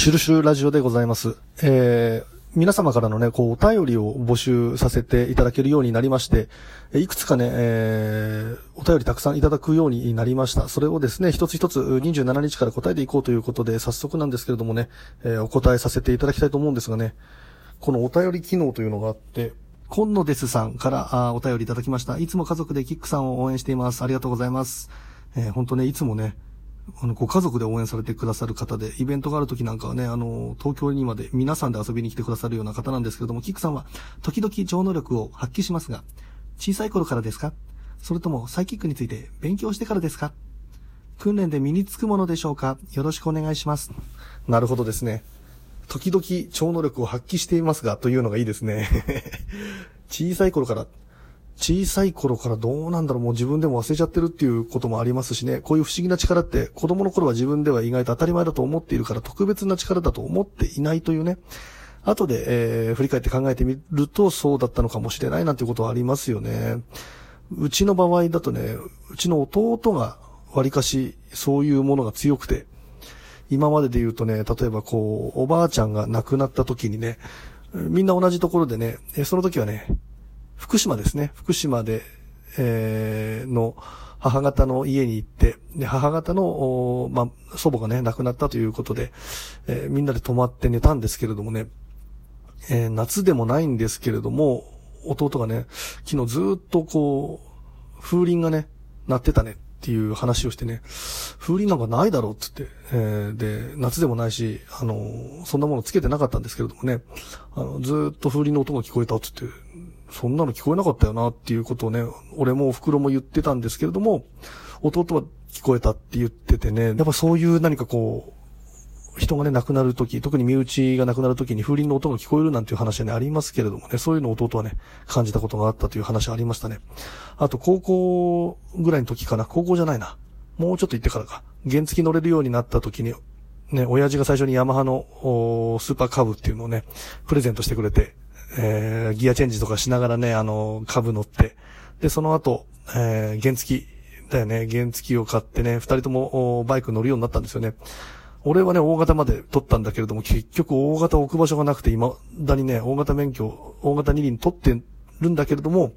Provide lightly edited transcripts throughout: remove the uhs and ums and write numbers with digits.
シュルシュルラジオでございます。皆様からのね、お便りを募集させていただけるようになりまして、いくつかね、お便りたくさんいただくようになりました。それをですね、一つ一つ27日から答えていこうということで、早速なんですけれどもね、お答えさせていただきたいと思うんですがね、このお便り機能というのがあって、今野ですさんからお便りいただきました。いつも家族でキックさんを応援しています。ありがとうございます。本当ね、いつもね、ご家族で応援されてくださる方で、イベントがある時なんかはね、東京にまで皆さんで遊びに来てくださるような方なんですけれども、キックさんは時々超能力を発揮しますが、小さい頃からですか？それともサイキックについて勉強してからですか？訓練で身につくものでしょうか？よろしくお願いします。なるほどですね。時々超能力を発揮していますが、というのがいいですね。小さい頃からどうなんだろう、もう自分でも忘れちゃってるっていうこともありますしね、こういう不思議な力って子供の頃は自分では意外と当たり前だと思っているから特別な力だと思っていないというね、後で、振り返って考えてみるとそうだったのかもしれないなんていうことはありますよね。うちの場合だとね、うちの弟がわりかしそういうものが強くて、今までで言うとね、例えばおばあちゃんが亡くなった時にね、みんな同じところでね、その時はね、福島ですね。福島で、の母方の家に行って、で、母方の、祖母がね、亡くなったということで、みんなで泊まって寝たんですけれどもね、夏でもないんですけれども、弟がね、昨日ずーっと風鈴がね、鳴ってたねっていう話をしてね、風鈴なんかないだろうって言って、で、夏でもないし、そんなものつけてなかったんですけれどもね、ずーっと風鈴の音が聞こえたって言って、そんなの聞こえなかったよなっていうことをね、俺もお袋も言ってたんですけれども、弟は聞こえたって言っててね、やっぱそういう何か人がね、亡くなるとき、特に身内が亡くなるときに風鈴の音が聞こえるなんていう話はね、ありますけれどもね、そういうのを弟はね、感じたことがあったという話ありましたね。あと、高校ぐらいの時かな、高校じゃないな。もうちょっと行ってからか。原付乗れるようになった時に、ね、親父が最初にヤマハのスーパーカブっていうのをね、プレゼントしてくれて、ギアチェンジとかしながらね、カブ乗って、で、その後、原付だよね、原付を買ってね、二人ともバイク乗るようになったんですよね。俺はね、大型まで取ったんだけれども、結局大型置く場所がなくて、未だにね、大型二輪取ってるんだけれども、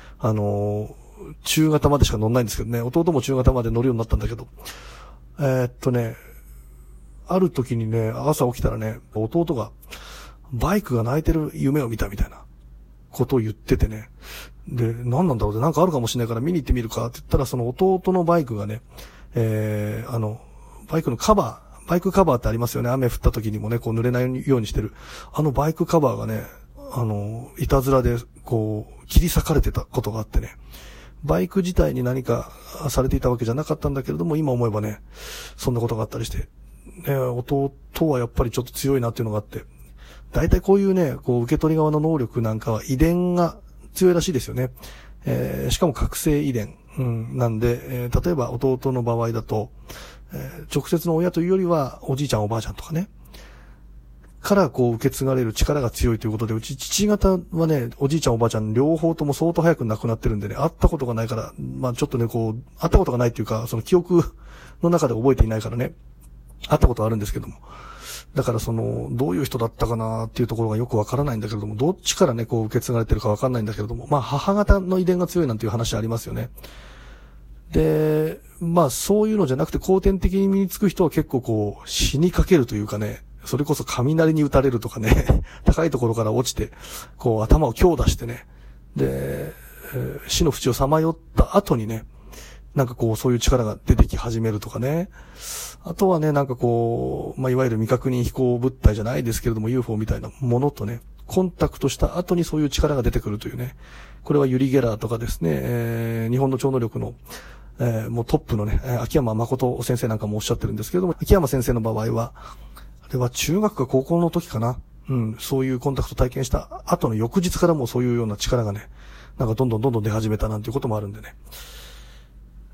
中型までしか乗んないんですけどね、弟も中型まで乗るようになったんだけど、ある時にね、朝起きたらね、弟が、バイクが泣いてる夢を見たみたいなことを言っててね。で、何なんだろうって、なんかあるかもしれないから見に行ってみるかって言ったら、その弟のバイクがね、バイクカバーってありますよね。雨降った時にもね、濡れないようにしてる。バイクカバーがね、いたずらで、切り裂かれてたことがあってね。バイク自体に何かされていたわけじゃなかったんだけれども、今思えばね、そんなことがあったりして。ね、弟はやっぱりちょっと強いなっていうのがあって。大体こういうね、受け取り側の能力なんかは遺伝が強いらしいですよね。しかも覚醒遺伝。なんで、例えば弟の場合だと、直接の親というよりは、おじいちゃんおばあちゃんとかね、から受け継がれる力が強いということで、うち父方はね、おじいちゃんおばあちゃん両方とも相当早く亡くなってるんでね、会ったことがないから、ちょっとね、会ったことがないっていうか、その記憶の中で覚えていないからね、会ったことはあるんですけども。だからどういう人だったかなっていうところがよくわからないんだけれども、どっちからね、受け継がれてるかわかんないんだけれども、母方の遺伝が強いなんていう話ありますよね。で、そういうのじゃなくて後天的に身につく人は結構死にかけるというかね、それこそ雷に打たれるとかね、高いところから落ちて、頭を強打してね、で、死の淵をさまよった後にね、なんかそういう力が出てき始めるとかね。あとはね、なんかいわゆる未確認飛行物体じゃないですけれども UFO みたいなものとね、コンタクトした後にそういう力が出てくるというね。これはユリ・ゲラーとかですね、日本の超能力の、もうトップのね、秋山誠先生なんかもおっしゃってるんですけれども、秋山先生の場合は、あれは中学か高校の時かな。そういうコンタクト体験した後の翌日からもうそういうような力がね、なんかどんどん出始めたなんていうこともあるんでね。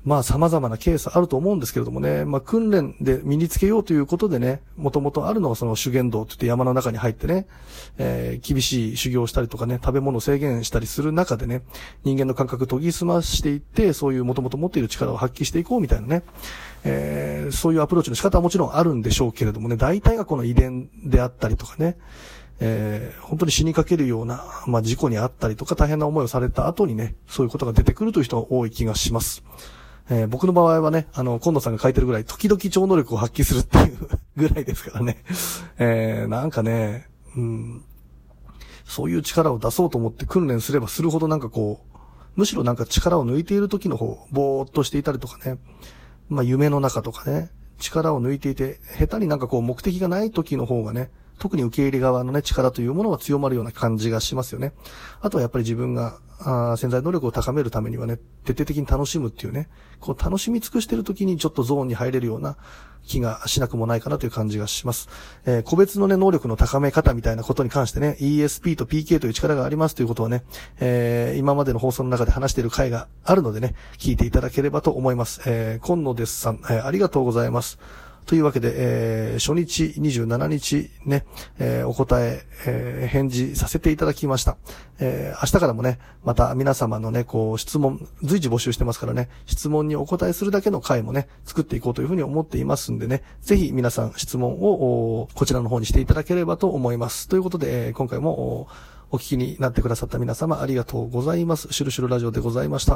まあ様々なケースあると思うんですけれどもね、まあ訓練で身につけようということでね、もともとあるのはその修験道といって山の中に入ってね、厳しい修行をしたりとかね、食べ物を制限したりする中でね、人間の感覚を研ぎ澄ましていって、そういうもともと持っている力を発揮していこうみたいなね、そういうアプローチの仕方はもちろんあるんでしょうけれどもね、大体がこの遺伝であったりとかね、本当に死にかけるような、まあ、事故にあったりとか大変な思いをされた後にね、そういうことが出てくるという人が多い気がします。僕の場合はね、今野さんが書いてるぐらい、時々超能力を発揮するっていうぐらいですからね。なんかね、そういう力を出そうと思って訓練すればするほどなんかこう、むしろなんか力を抜いている時の方、ぼーっとしていたりとかね、まあ夢の中とかね、力を抜いていて、下手になんかこう目的がない時の方がね、特に受け入れ側のね、力というものが強まるような感じがしますよね。あとはやっぱり自分が、潜在能力を高めるためにはね、徹底的に楽しむっていうね、こう楽しみ尽くしてる時にちょっとゾーンに入れるような気がしなくもないかなという感じがします。個別のね、能力の高め方みたいなことに関してね、ESP と PK という力がありますということはね、今までの放送の中で話している回があるのでね、聞いていただければと思います。今野ですさん、ありがとうございます。というわけで、初日27日ね、お答え、返事させていただきました。明日からもね、また皆様のね、こう質問、随時募集してますからね、質問にお答えするだけの回もね、作っていこうというふうに思っていますんでね、ぜひ皆さん質問をこちらの方にしていただければと思います。ということで、今回もお聞きになってくださった皆様ありがとうございます。シュルシュルラジオでございました。